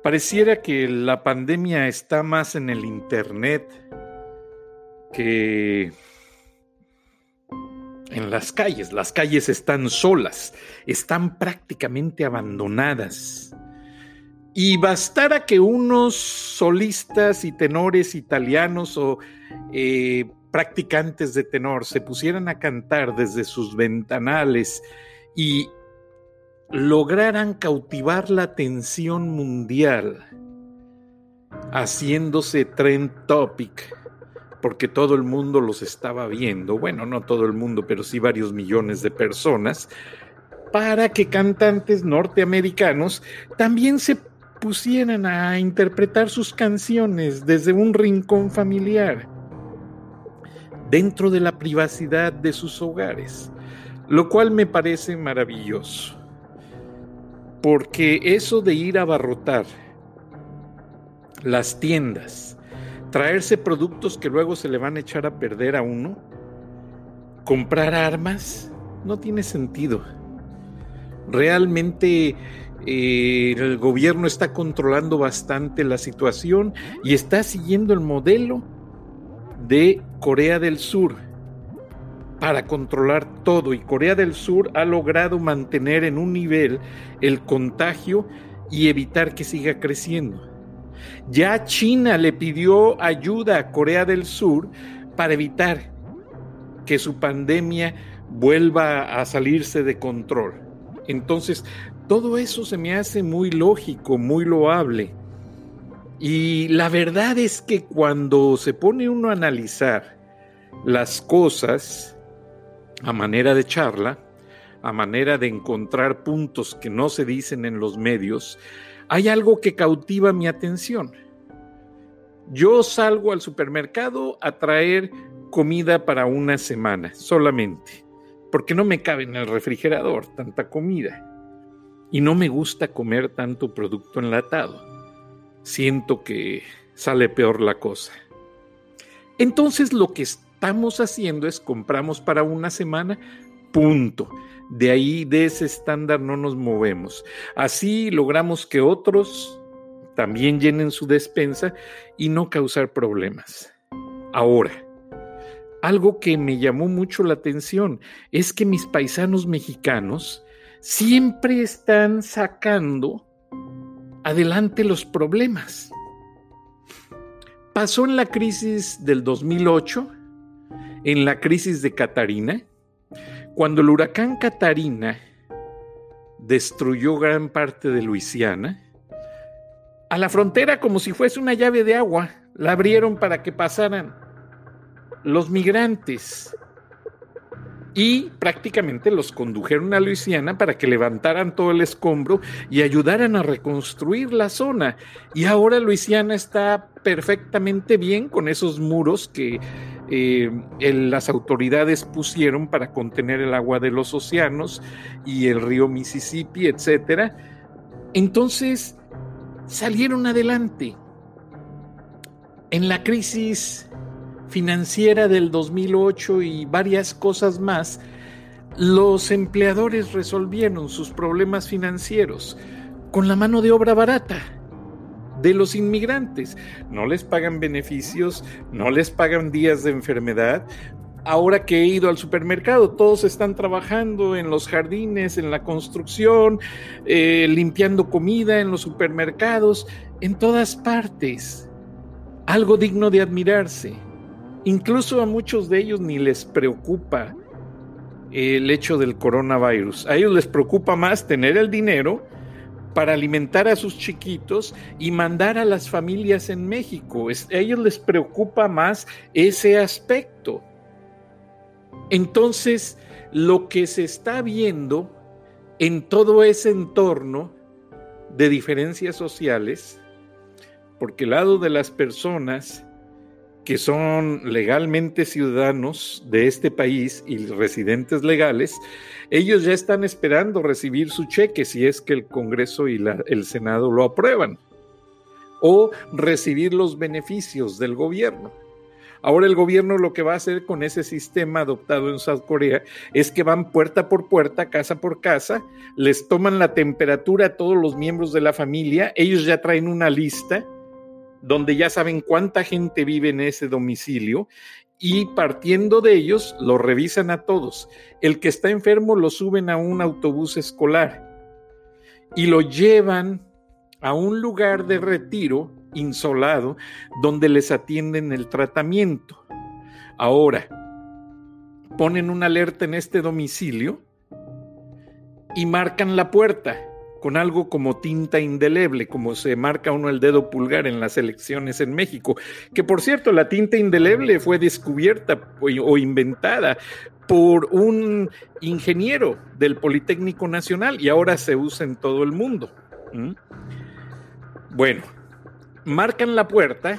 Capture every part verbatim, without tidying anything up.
Pareciera que la pandemia está más en el internet que en las calles. Las calles están solas, están prácticamente abandonadas. Y bastara que unos solistas y tenores italianos o eh, practicantes de tenor se pusieran a cantar desde sus ventanales y lograran cautivar la atención mundial, haciéndose trend topic, porque todo el mundo los estaba viendo, bueno, no todo el mundo, pero sí varios millones de personas, para que cantantes norteamericanos también se pusieran a interpretar sus canciones desde un rincón familiar, dentro de la privacidad de sus hogares, lo cual me parece maravilloso. Porque eso de ir a abarrotar las tiendas, traerse productos que luego se le van a echar a perder a uno, comprar armas, no tiene sentido. Realmente eh, el gobierno está controlando bastante la situación y está siguiendo el modelo de Corea del Sur para controlar todo, y Corea del Sur ha logrado mantener en un nivel el contagio y evitar que siga creciendo. Ya China le pidió ayuda a Corea del Sur para evitar que su pandemia vuelva a salirse de control. Entonces, todo eso se me hace muy lógico, muy loable. Y la verdad es que cuando se pone uno a analizar las cosas a manera de charla, a manera de encontrar puntos que no se dicen en los medios, hay algo que cautiva mi atención. Yo salgo al supermercado a traer comida para una semana solamente, porque no me cabe en el refrigerador tanta comida y no me gusta comer tanto producto enlatado. Siento que sale peor la cosa. Entonces lo que estamos haciendo es compramos para una semana, punto. De ahí, de ese estándar no nos movemos. Así logramos que otros también llenen su despensa y no causar problemas. Ahora, algo que me llamó mucho la atención es que mis paisanos mexicanos siempre están sacando adelante los problemas. Pasó en la crisis del dos mil ocho, en la crisis de Catarina, cuando el huracán Catarina destruyó gran parte de Luisiana. A la frontera, como si fuese una llave de agua, la abrieron para que pasaran los migrantes y prácticamente los condujeron a Luisiana para que levantaran todo el escombro y ayudaran a reconstruir la zona. Y ahora Luisiana está perfectamente bien con esos muros que eh, el, las autoridades pusieron para contener el agua de los océanos y el río Mississippi, etcétera. Entonces salieron adelante. En la crisis financiera del dos mil ocho y varias cosas más, los empleadores resolvieron sus problemas financieros con la mano de obra barata de los inmigrantes. No les pagan beneficios, no les pagan días de enfermedad. Ahora que he ido al supermercado, todos están trabajando en los jardines, en la construcción, eh, limpiando comida en los supermercados, en todas partes. Algo digno de admirarse. Incluso a muchos de ellos ni les preocupa el hecho del coronavirus. A ellos les preocupa más tener el dinero para alimentar a sus chiquitos y mandar a las familias en México. A ellos les preocupa más ese aspecto. Entonces, lo que se está viendo en todo ese entorno de diferencias sociales, porque el lado de las personas que son legalmente ciudadanos de este país y residentes legales, ellos ya están esperando recibir su cheque si es que el Congreso y la, el Senado lo aprueban, o recibir los beneficios del gobierno. Ahora el gobierno lo que va a hacer con ese sistema adoptado en South Korea es que van puerta por puerta, casa por casa, les toman la temperatura a todos los miembros de la familia, ellos ya traen una lista donde ya saben cuánta gente vive en ese domicilio y partiendo de ellos lo revisan a todos. El que está enfermo lo suben a un autobús escolar y lo llevan a un lugar de retiro insolado donde les atienden el tratamiento. Ahora, ponen una alerta en este domicilio y marcan la puerta con algo como tinta indeleble, como se marca uno el dedo pulgar en las elecciones en México, que por cierto la tinta indeleble fue descubierta o inventada por un ingeniero del Politécnico Nacional y ahora se usa en todo el mundo. ¿Mm? Bueno, marcan la puerta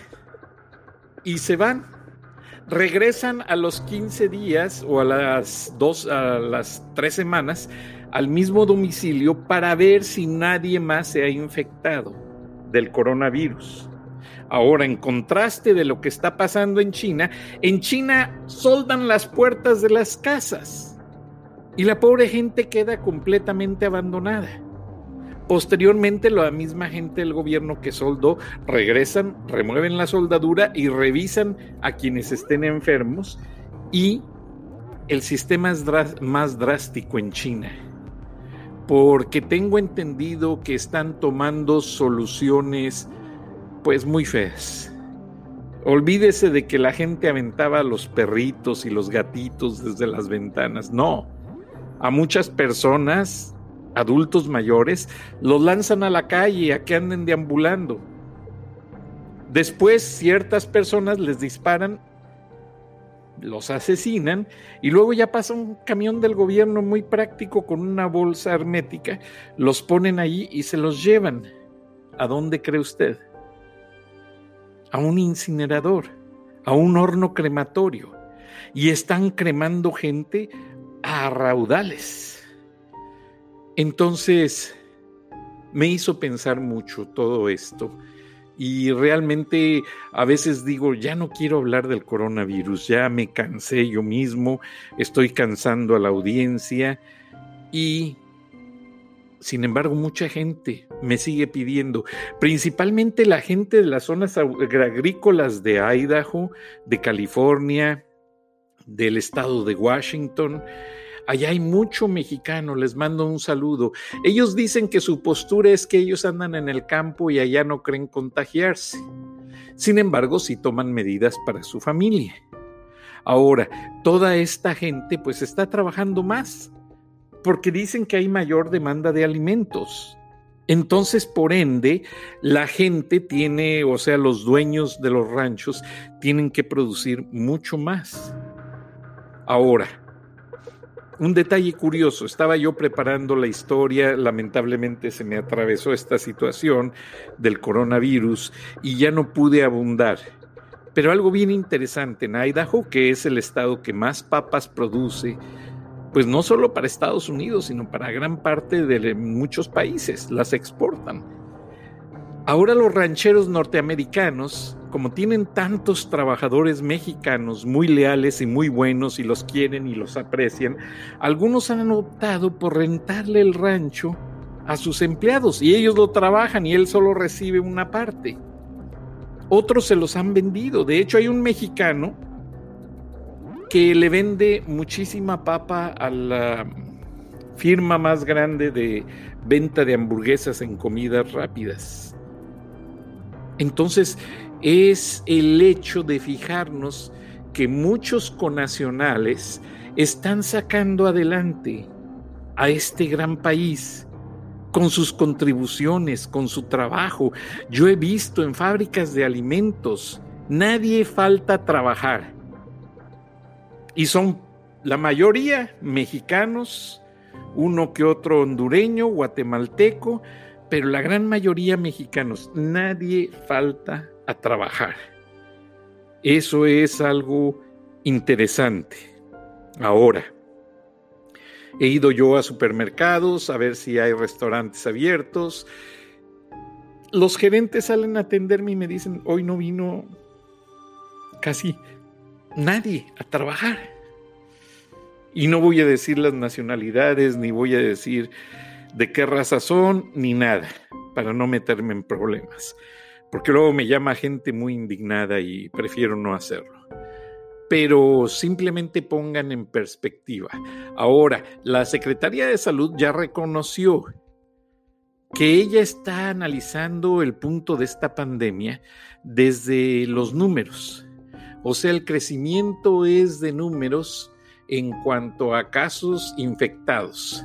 y se van. Regresan a los quince días o a las dos, a las tres semanas al mismo domicilio para ver si nadie más se ha infectado del coronavirus. Ahora, en contraste de lo que está pasando en China, en China soldan las puertas de las casas y la pobre gente queda completamente abandonada. Posteriormente, la misma gente del gobierno que soldó regresan, remueven la soldadura y revisan a quienes estén enfermos, y el sistema es dr- más drástico en China, porque tengo entendido que están tomando soluciones pues muy feas. Olvídese de que la gente aventaba a los perritos y los gatitos desde las ventanas. No, a muchas personas, adultos mayores, los lanzan a la calle a que anden deambulando. Después ciertas personas les disparan, los asesinan y luego ya pasa un camión del gobierno muy práctico con una bolsa hermética, los ponen allí y se los llevan. ¿A dónde cree usted? A un incinerador, a un horno crematorio, y están cremando gente a raudales. Entonces, me hizo pensar mucho todo esto y realmente a veces digo, ya no quiero hablar del coronavirus, ya me cansé yo mismo, estoy cansando a la audiencia y, sin embargo, mucha gente me sigue pidiendo, principalmente la gente de las zonas agrícolas de Idaho, de California, del estado de Washington. Allá hay mucho mexicano, les mando un saludo. Ellos dicen que su postura es que ellos andan en el campo y allá no creen contagiarse. Sin embargo, sí toman medidas para su familia. Ahora, toda esta gente pues está trabajando más, porque dicen que hay mayor demanda de alimentos. Entonces, por ende, la gente tiene, o sea, los dueños de los ranchos tienen que producir mucho más. Ahora, un detalle curioso, estaba yo preparando la historia, lamentablemente se me atravesó esta situación del coronavirus y ya no pude abundar. Pero algo bien interesante, en Idaho, que es el estado que más papas produce, pues no solo para Estados Unidos, sino para gran parte de muchos países, las exportan. Ahora los rancheros norteamericanos, como tienen tantos trabajadores mexicanos muy leales y muy buenos y los quieren y los aprecian, algunos han optado por rentarle el rancho a sus empleados y ellos lo trabajan y él solo recibe una parte. Otros se los han vendido. De hecho, hay un mexicano que le vende muchísima papa a la firma más grande de venta de hamburguesas en comidas rápidas. Entonces, es el hecho de fijarnos que muchos connacionales están sacando adelante a este gran país con sus contribuciones, con su trabajo. Yo he visto en fábricas de alimentos, nadie falta a trabajar. Y son la mayoría mexicanos, uno que otro hondureño, guatemalteco, pero la gran mayoría mexicanos, nadie falta a trabajar. Eso es algo interesante. Ahora, he ido yo a supermercados a ver si hay restaurantes abiertos. Los gerentes salen a atenderme y me dicen, hoy no vino casi nadie a trabajar. Y no voy a decir las nacionalidades, ni voy a decir de qué raza son, ni nada, para no meterme en problemas. Porque luego me llama gente muy indignada y prefiero no hacerlo. Pero simplemente pongan en perspectiva. Ahora, la Secretaría de Salud ya reconoció que ella está analizando el punto de esta pandemia desde los números. O sea, el crecimiento es de números en cuanto a casos infectados.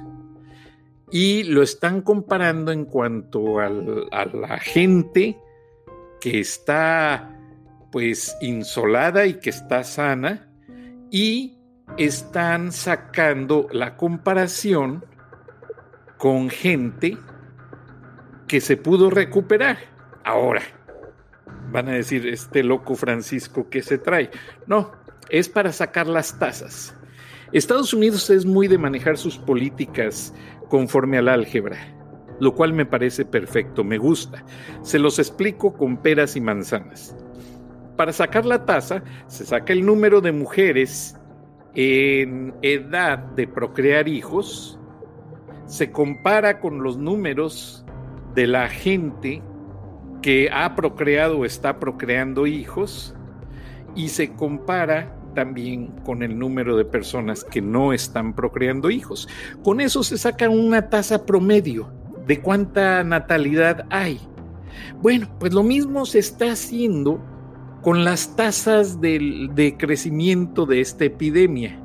Y lo están comparando en cuanto al, a la gente que está pues insolada y que está sana, y están sacando la comparación con gente que se pudo recuperar. Ahora, van a decir, este loco Francisco, ¿qué se trae? No, es para sacar las tasas. Estados Unidos es muy de manejar sus políticas conforme al álgebra, lo cual me parece perfecto, me gusta. Se los explico con peras y manzanas. Para sacar la tasa, se saca el número de mujeres en edad de procrear hijos, se compara con los números de la gente que ha procreado o está procreando hijos, y se compara también con el número de personas que no están procreando hijos. Con eso se saca una tasa promedio de cuánta natalidad hay. Bueno, pues lo mismo se está haciendo con las tasas de, de crecimiento de esta epidemia.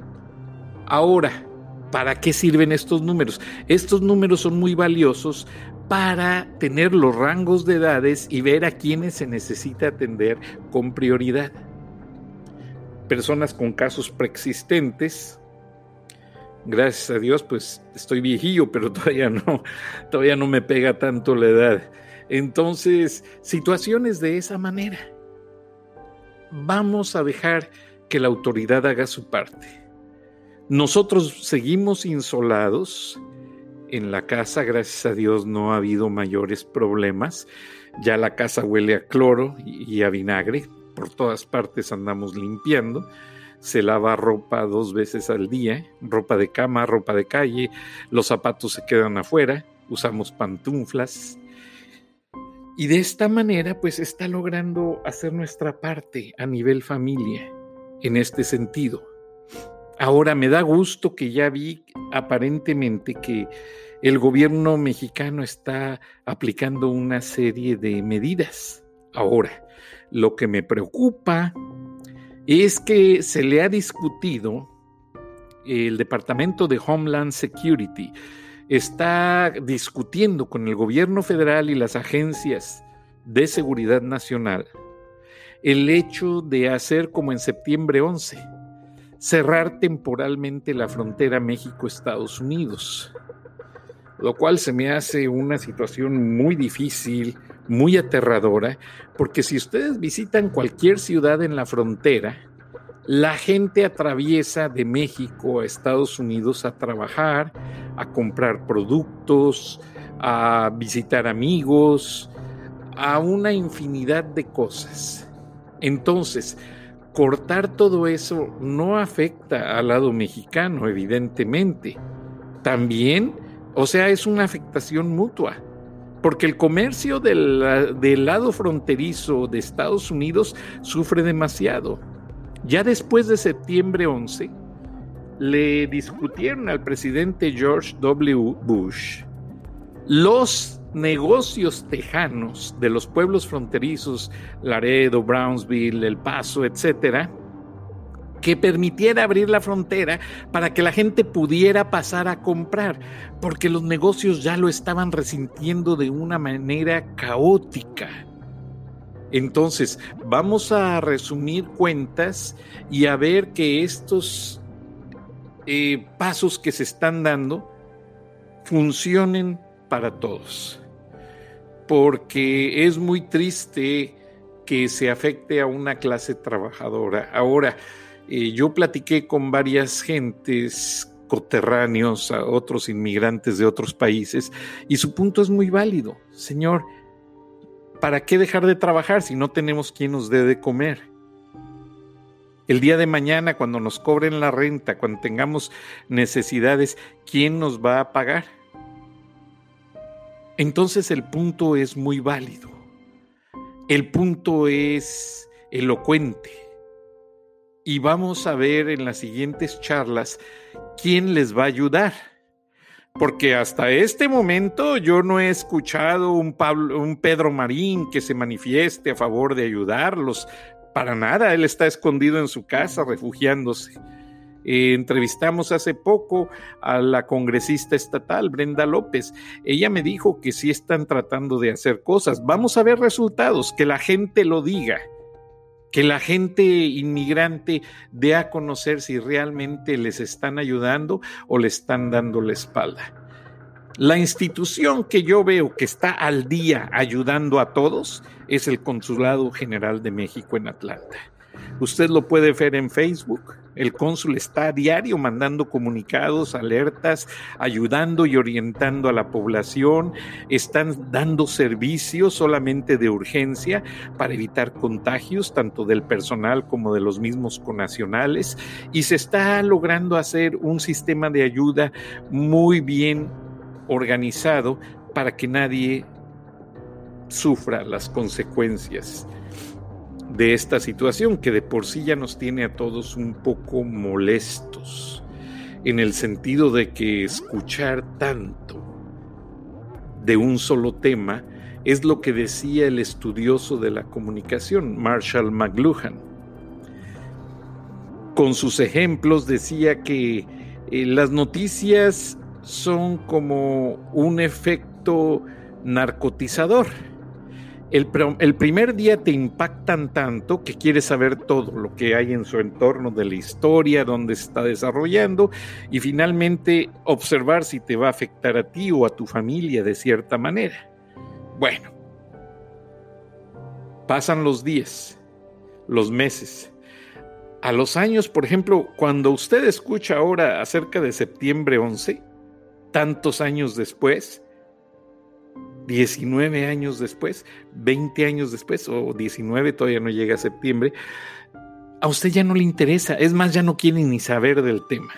Ahora, ¿para qué sirven estos números? Estos números son muy valiosos para tener los rangos de edades y ver a quienes se necesita atender con prioridad. Personas con casos preexistentes, gracias a Dios, pues estoy viejillo, pero todavía no, todavía no me pega tanto la edad. Entonces, situaciones de esa manera. Vamos a dejar que la autoridad haga su parte. Nosotros seguimos insolados en la casa, gracias a Dios no ha habido mayores problemas. Ya la casa huele a cloro y a vinagre, por todas partes andamos limpiando. Se lava ropa dos veces al día, ropa de cama, ropa de calle, los zapatos se quedan afuera, usamos pantuflas. Y de esta manera, pues está logrando hacer nuestra parte a nivel familia en este sentido. Ahora me da gusto que ya vi aparentemente que el gobierno mexicano está aplicando una serie de medidas. Ahora, lo que me preocupa es que se le ha discutido, el Departamento de Homeland Security está discutiendo con el gobierno federal y las agencias de seguridad nacional el hecho de hacer como en septiembre once, cerrar temporalmente la frontera México-Estados Unidos, lo cual se me hace una situación muy difícil, muy aterradora, porque si ustedes visitan cualquier ciudad en la frontera, la gente atraviesa de México a Estados Unidos a trabajar, a comprar productos, a visitar amigos, a una infinidad de cosas. Entonces, cortar todo eso no afecta al lado mexicano, evidentemente. También, o sea, es una afectación mutua, porque el comercio del, del lado fronterizo de Estados Unidos sufre demasiado. Ya después de septiembre once, le discutieron al presidente George doble u. Bush los negocios tejanos de los pueblos fronterizos, Laredo, Brownsville, El Paso, etcétera, que permitiera abrir la frontera para que la gente pudiera pasar a comprar, porque los negocios ya lo estaban resintiendo de una manera caótica. Entonces, vamos a resumir cuentas y a ver que estos eh, pasos que se están dando funcionen para todos, porque es muy triste que se afecte a una clase trabajadora. Ahora, eh, yo platiqué con varias gentes coterráneos, a otros inmigrantes de otros países, y su punto es muy válido. Señor, ¿para qué dejar de trabajar si no tenemos quien nos dé de comer? El día de mañana, cuando nos cobren la renta, cuando tengamos necesidades, ¿quién nos va a pagar? Entonces el punto es muy válido. El punto es elocuente. Y vamos a ver en las siguientes charlas quién les va a ayudar. Porque hasta este momento yo no he escuchado un, Pablo, un Pedro Marín que se manifieste a favor de ayudarlos. Para nada, él está escondido en su casa, refugiándose. Eh, entrevistamos hace poco a la congresista estatal, Brenda López. Ella me dijo que sí están tratando de hacer cosas. Vamos a ver resultados, que la gente lo diga, que la gente inmigrante dé a conocer si realmente les están ayudando o le están dando la espalda. La institución que yo veo que está al día ayudando a todos es el Consulado General de México en Atlanta. Usted lo puede ver en Facebook. El cónsul está a diario mandando comunicados, alertas, ayudando y orientando a la población. Están dando servicios solamente de urgencia para evitar contagios, tanto del personal como de los mismos connacionales. Y se está logrando hacer un sistema de ayuda muy bien organizado para que nadie sufra las consecuencias de esta situación que de por sí ya nos tiene a todos un poco molestos, en el sentido de que escuchar tanto de un solo tema es lo que decía el estudioso de la comunicación, Marshall McLuhan. Con sus ejemplos decía que eh, las noticias son como un efecto narcotizador. El, el primer día te impactan tanto que quieres saber todo lo que hay en su entorno de la historia, dónde se está desarrollando y finalmente observar si te va a afectar a ti o a tu familia de cierta manera. Bueno, pasan los días, los meses. A los años, por ejemplo, cuando usted escucha ahora acerca de septiembre once, tantos años después, diecinueve años después, veinte años después, o diecinueve, todavía no llega a septiembre, a usted ya no le interesa, es más, ya no quiere ni saber del tema.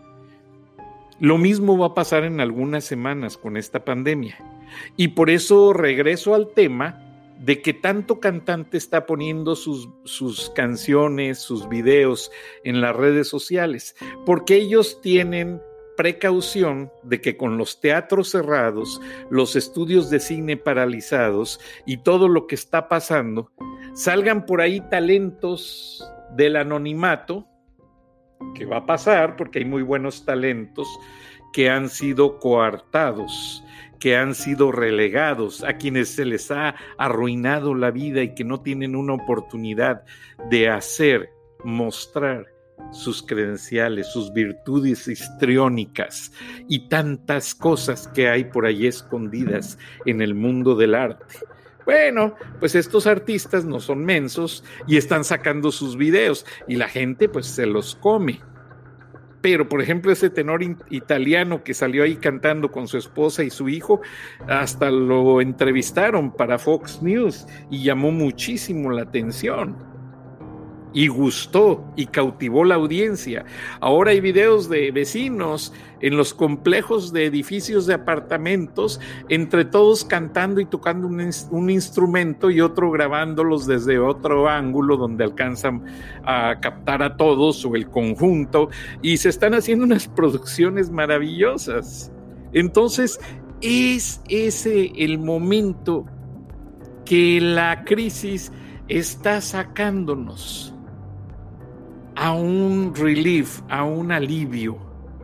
Lo mismo va a pasar en algunas semanas con esta pandemia. Y por eso regreso al tema de que tanto cantante está poniendo sus, sus canciones, sus videos en las redes sociales, porque ellos tienen precaución de que con los teatros cerrados, los estudios de cine paralizados y todo lo que está pasando, salgan por ahí talentos del anonimato, que va a pasar porque hay muy buenos talentos que han sido coartados, que han sido relegados, a quienes se les ha arruinado la vida y que no tienen una oportunidad de hacer, mostrar sus credenciales, sus virtudes histriónicas y tantas cosas que hay por ahí escondidas en el mundo del arte. Bueno, pues estos artistas no son mensos y están sacando sus videos y la gente pues se los come. Pero, por ejemplo, ese tenor italiano que salió ahí cantando con su esposa y su hijo, hasta lo entrevistaron para Fox News y llamó muchísimo la atención. Y gustó y cautivó la audiencia. Ahora hay videos de vecinos en los complejos de edificios de apartamentos, entre todos cantando y tocando un, un instrumento y otro grabándolos desde otro ángulo donde alcanzan a captar a todos o el conjunto, y se están haciendo unas producciones maravillosas. Entonces, es ese el momento que la crisis está sacándonos a un relief, a un alivio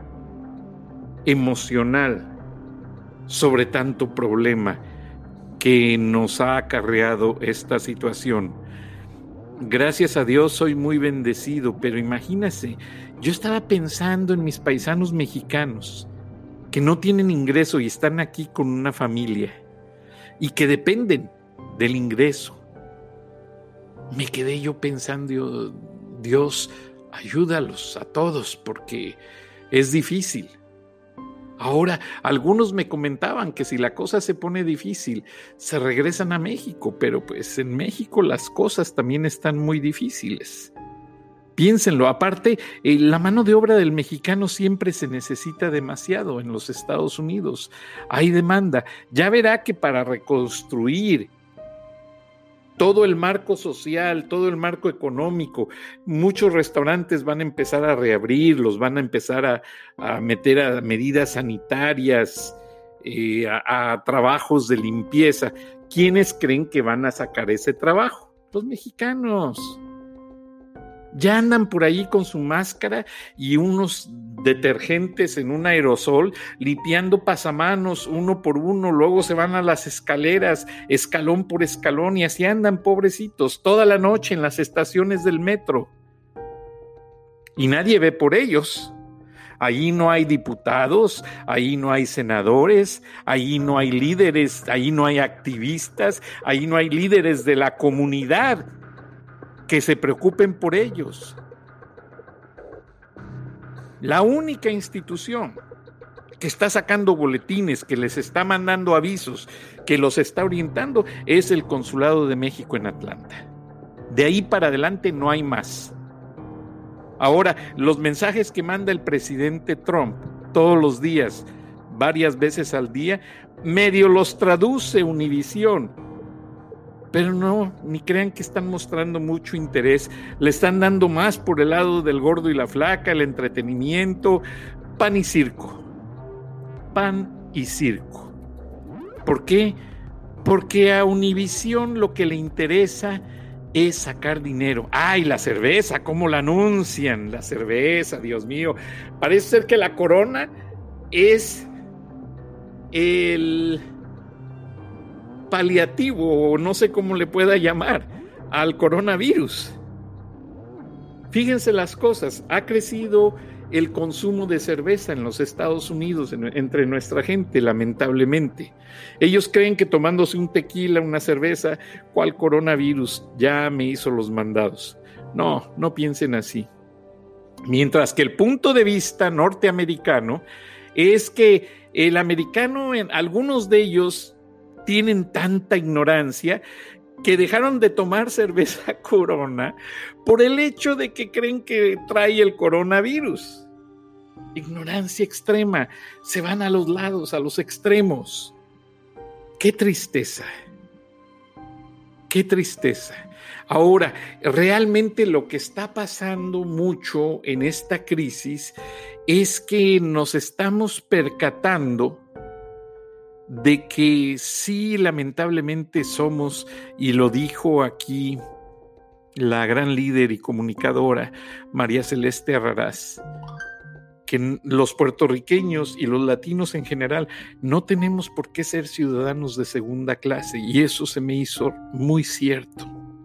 emocional sobre tanto problema que nos ha acarreado esta situación. Gracias a Dios soy muy bendecido, pero imagínese, yo estaba pensando en mis paisanos mexicanos que no tienen ingreso y están aquí con una familia y que dependen del ingreso. Me quedé yo pensando, Dios, ayúdalos a todos porque es difícil. Ahora, algunos me comentaban que si la cosa se pone difícil, se regresan a México, pero pues en México las cosas también están muy difíciles. Piénsenlo. Aparte, eh, la mano de obra del mexicano siempre se necesita demasiado en los Estados Unidos. Hay demanda. Ya verá que para reconstruir todo el marco social, todo el marco económico, muchos restaurantes van a empezar a reabrir, los van a empezar a, a meter a medidas sanitarias, eh, a, a trabajos de limpieza. ¿Quiénes creen que van a sacar ese trabajo? Los mexicanos. Ya andan por ahí con su máscara y unos detergentes en un aerosol, limpiando pasamanos uno por uno, luego se van a las escaleras, escalón por escalón, y así andan, pobrecitos, toda la noche en las estaciones del metro. Y nadie ve por ellos. Ahí no hay diputados, ahí no hay senadores, ahí no hay líderes, ahí no hay activistas, ahí no hay líderes de la comunidad que se preocupen por ellos. La única institución que está sacando boletines, que les está mandando avisos, que los está orientando, es el Consulado de México en Atlanta. De ahí para adelante no hay más. Ahora, los mensajes que manda el presidente Trump todos los días, varias veces al día, medio los traduce Univisión. Pero no, ni crean que están mostrando mucho interés. Le están dando más por el lado del gordo y la flaca, el entretenimiento, pan y circo. Pan y circo. ¿Por qué? Porque a Univisión lo que le interesa es sacar dinero. ¡Ay, la cerveza! ¿Cómo la anuncian? La cerveza, Dios mío. Parece ser que la Corona es el paliativo, o no sé cómo le pueda llamar, al coronavirus. Fíjense las cosas, ha crecido el consumo de cerveza en los Estados Unidos en, entre nuestra gente, lamentablemente. Ellos creen que tomándose un tequila, una cerveza, ¿cuál coronavirus? Ya me hizo los mandados. No, no piensen así. Mientras que el punto de vista norteamericano es que el americano, en algunos de ellos, tienen tanta ignorancia que dejaron de tomar cerveza Corona por el hecho de que creen que trae el coronavirus. Ignorancia extrema. Se van a los lados, a los extremos. ¡Qué tristeza! ¡Qué tristeza! Ahora, realmente lo que está pasando mucho en esta crisis es que nos estamos percatando de que sí, lamentablemente somos, y lo dijo aquí la gran líder y comunicadora María Celeste Arrarás, que los puertorriqueños y los latinos en general no tenemos por qué ser ciudadanos de segunda clase, y eso se me hizo muy cierto.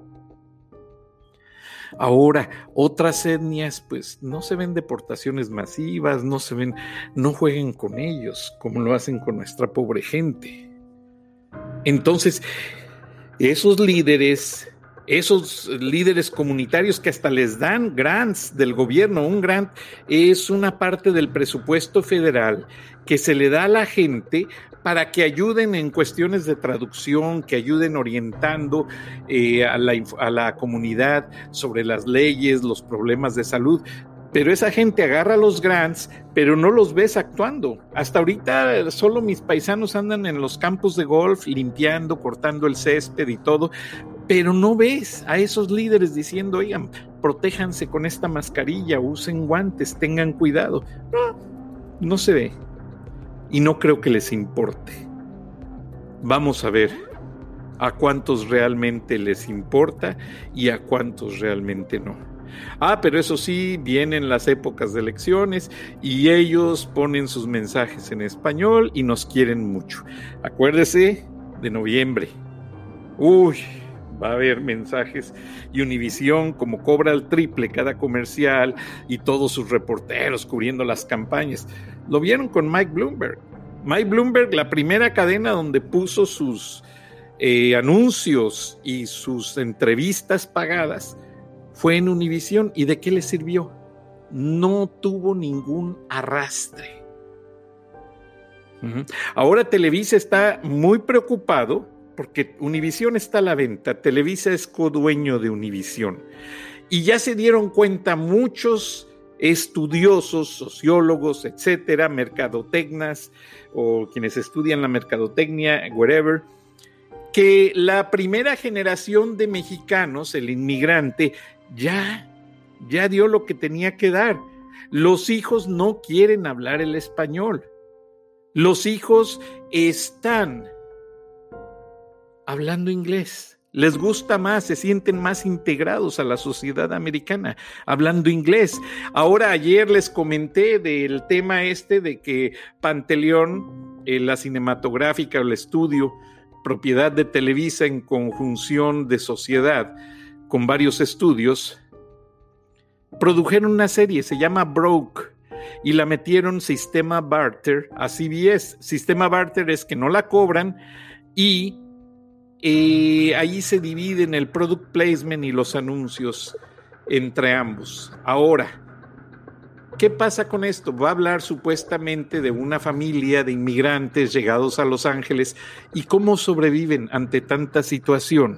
Ahora, otras etnias, pues no se ven deportaciones masivas, no se ven, no jueguen con ellos como lo hacen con nuestra pobre gente. Entonces, esos líderes, esos líderes comunitarios que hasta les dan grants del gobierno, un grant es una parte del presupuesto federal que se le da a la gente para que ayuden en cuestiones de traducción, que ayuden orientando eh, a, la, a la comunidad sobre las leyes, los problemas de salud. Pero esa gente agarra los grants, pero no los ves actuando. Hasta ahorita solo mis paisanos andan en los campos de golf limpiando, cortando el césped y todo, pero no ves a esos líderes diciendo, oigan, protéjanse con esta mascarilla, usen guantes, tengan cuidado. No, no se ve. Y no creo que les importe. Vamos a ver a cuántos realmente les importa y a cuántos realmente no. Ah, pero eso sí, vienen las épocas de elecciones y ellos ponen sus mensajes en español y nos quieren mucho. Acuérdese de noviembre. Uy, va a haber mensajes y Univisión, como cobra el triple cada comercial y todos sus reporteros cubriendo las campañas. Lo vieron con Mike Bloomberg. Mike Bloomberg, la primera cadena donde puso sus eh, anuncios y sus entrevistas pagadas fue en Univisión. ¿Y de qué le sirvió? No tuvo ningún arrastre. Uh-huh. Ahora Televisa está muy preocupado porque Univisión está a la venta. Televisa es codueño de Univisión. Y ya se dieron cuenta muchos estudiosos, sociólogos, etcétera, mercadotecnas o quienes estudian la mercadotecnia, whatever, que la primera generación de mexicanos, el inmigrante, ya, ya dio lo que tenía que dar. Los hijos no quieren hablar el español. Los hijos están hablando inglés. Les gusta más, se sienten más integrados a la sociedad americana, hablando inglés. Ahora, ayer les comenté del tema este de que Panteleón, eh, la cinematográfica o el estudio, propiedad de Televisa en conjunción de sociedad, con varios estudios, produjeron una serie, se llama Broke, y la metieron sistema barter a C B S. Sistema barter es que no la cobran y Eh, ahí se dividen el product placement y los anuncios entre ambos. Ahora, ¿qué pasa con esto? Va a hablar supuestamente de una familia de inmigrantes llegados a Los Ángeles y cómo sobreviven ante tanta situación.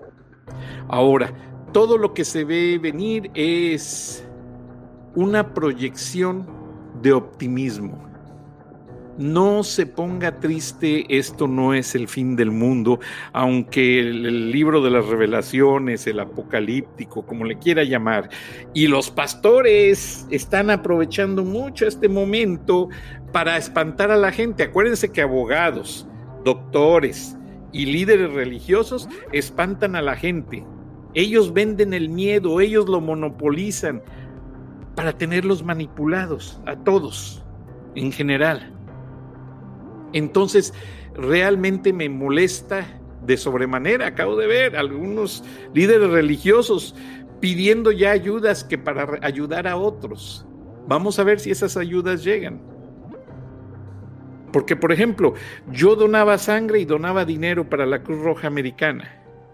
Ahora, todo lo que se ve venir es una proyección de optimismo. No se ponga triste, esto no es el fin del mundo, aunque el, el libro de las revelaciones, el apocalíptico, como le quiera llamar, y los pastores están aprovechando mucho este momento para espantar a la gente. Acuérdense que abogados, doctores y líderes religiosos espantan a la gente. Ellos venden el miedo, ellos lo monopolizan para tenerlos manipulados a todos en general. Entonces, realmente me molesta de sobremanera. Acabo de ver algunos líderes religiosos pidiendo ya ayudas que para ayudar a otros. Vamos a ver si esas ayudas llegan. Porque, por ejemplo, yo donaba sangre y donaba dinero para la Cruz Roja Americana.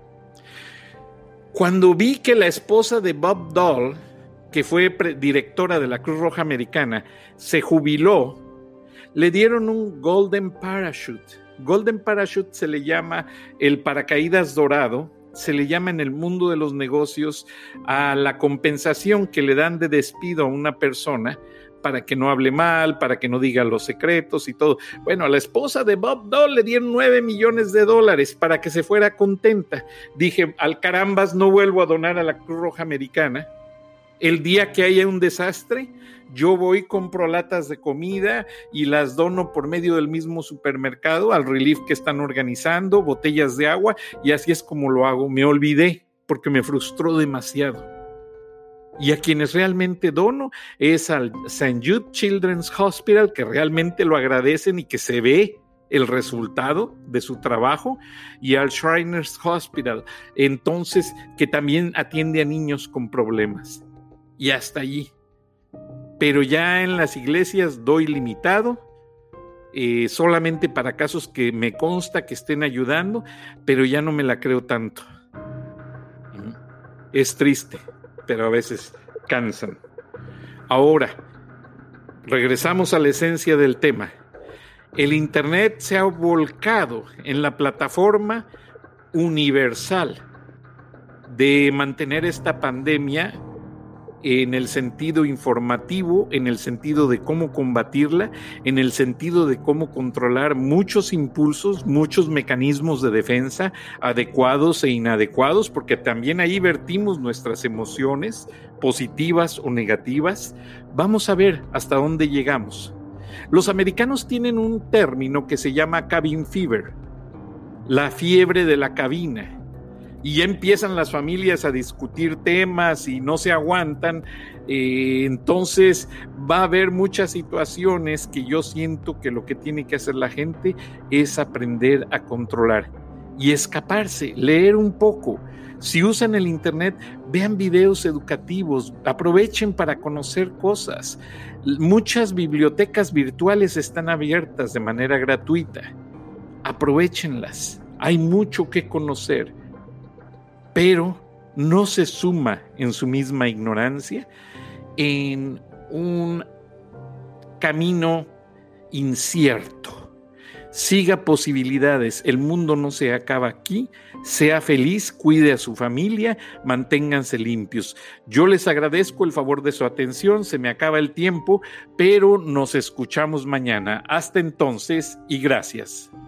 Cuando vi que la esposa de Bob Dole, que fue directora de la Cruz Roja Americana, se jubiló, le dieron un Golden Parachute. Golden Parachute se le llama el paracaídas dorado, se le llama en el mundo de los negocios a la compensación que le dan de despido a una persona para que no hable mal, para que no diga los secretos y todo. Bueno, a la esposa de Bob Dole le dieron nueve millones de dólares para que se fuera contenta. Dije, al carambas, no vuelvo a donar a la Cruz Roja Americana. El día que haya un desastre, yo voy, compro latas de comida y las dono por medio del mismo supermercado al relief que están organizando, botellas de agua, y así es como lo hago. Me olvidé porque me frustró demasiado. Y a quienes realmente dono es al Saint Jude Children's Hospital, que realmente lo agradecen y que se ve el resultado de su trabajo, y al Shriners Hospital, entonces, que también atiende a niños con problemas. Y hasta allí. Pero ya en las iglesias doy limitado, eh, solamente para casos que me consta que estén ayudando, pero ya no me la creo tanto. Es triste, pero a veces cansan. Ahora, regresamos a la esencia del tema. El Internet se ha volcado en la plataforma universal de mantener esta pandemia en el sentido informativo, en el sentido de cómo combatirla, en el sentido de cómo controlar muchos impulsos, muchos mecanismos de defensa adecuados e inadecuados, porque también ahí vertimos nuestras emociones positivas o negativas. Vamos a ver hasta dónde llegamos. Los americanos tienen un término que se llama cabin fever, la fiebre de la cabina. Y ya empiezan las familias a discutir temas y no se aguantan, eh, entonces va a haber muchas situaciones que yo siento que lo que tiene que hacer la gente es aprender a controlar y escaparse, leer un poco. Si usan el internet, vean videos educativos, aprovechen para conocer cosas. Muchas bibliotecas virtuales están abiertas de manera gratuita, aprovéchenlas, hay mucho que conocer. Pero no se suma en su misma ignorancia en un camino incierto. siga posibilidades, el mundo no se acaba aquí, sea feliz, cuide a su familia, manténganse limpios. Yo les agradezco el favor de su atención, se me acaba el tiempo, pero nos escuchamos mañana. Hasta entonces y gracias.